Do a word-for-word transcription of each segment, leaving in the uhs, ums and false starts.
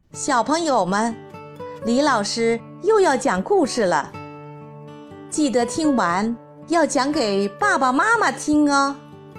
小朋友们，李老师又要讲故事了，记得听完要讲给爸爸妈妈听哦。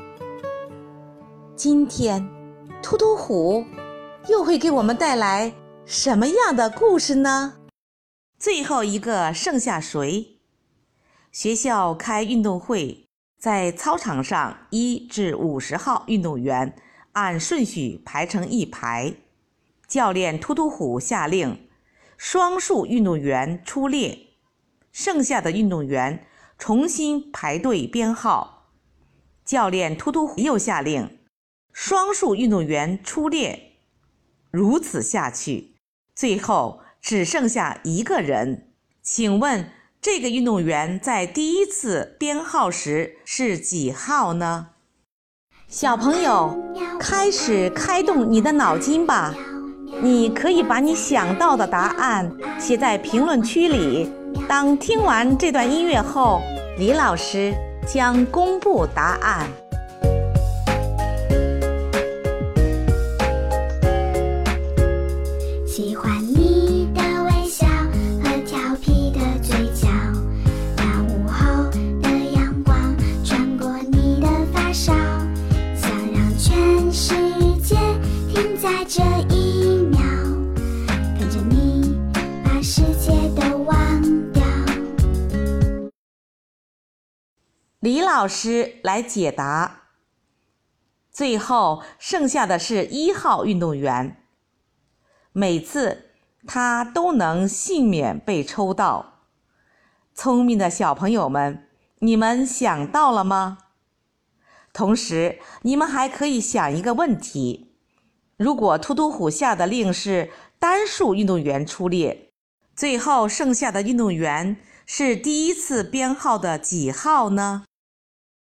今天突突虎又会给我们带来什么样的故事呢？最后一个剩下谁？学校开运动会，在操场上一至五十号运动员按顺序排成一排。教练突突虎下令，双数运动员出列，剩下的运动员重新排队编号。教练突突虎又下令，双数运动员出列，如此下去，最后只剩下一个人。请问这个运动员在第一次编号时是几号呢？小朋友，开始开动你的脑筋吧。你可以把你想到的答案写在评论区里。当听完这段音乐后，李老师将公布答案。 喜欢你的微笑和调皮的嘴角，那午后的阳光穿过你的发梢，想让全世界停在这一秒，跟着你把世界都忘掉。 李老师来解答。最后剩下的是一号运动员，每次他都能幸免被抽到。聪明的小朋友们，你们想到了吗？同时，你们还可以想一个问题：如果突突虎下的令是单数运动员出列，最后剩下的运动员是第一次编号的几号呢？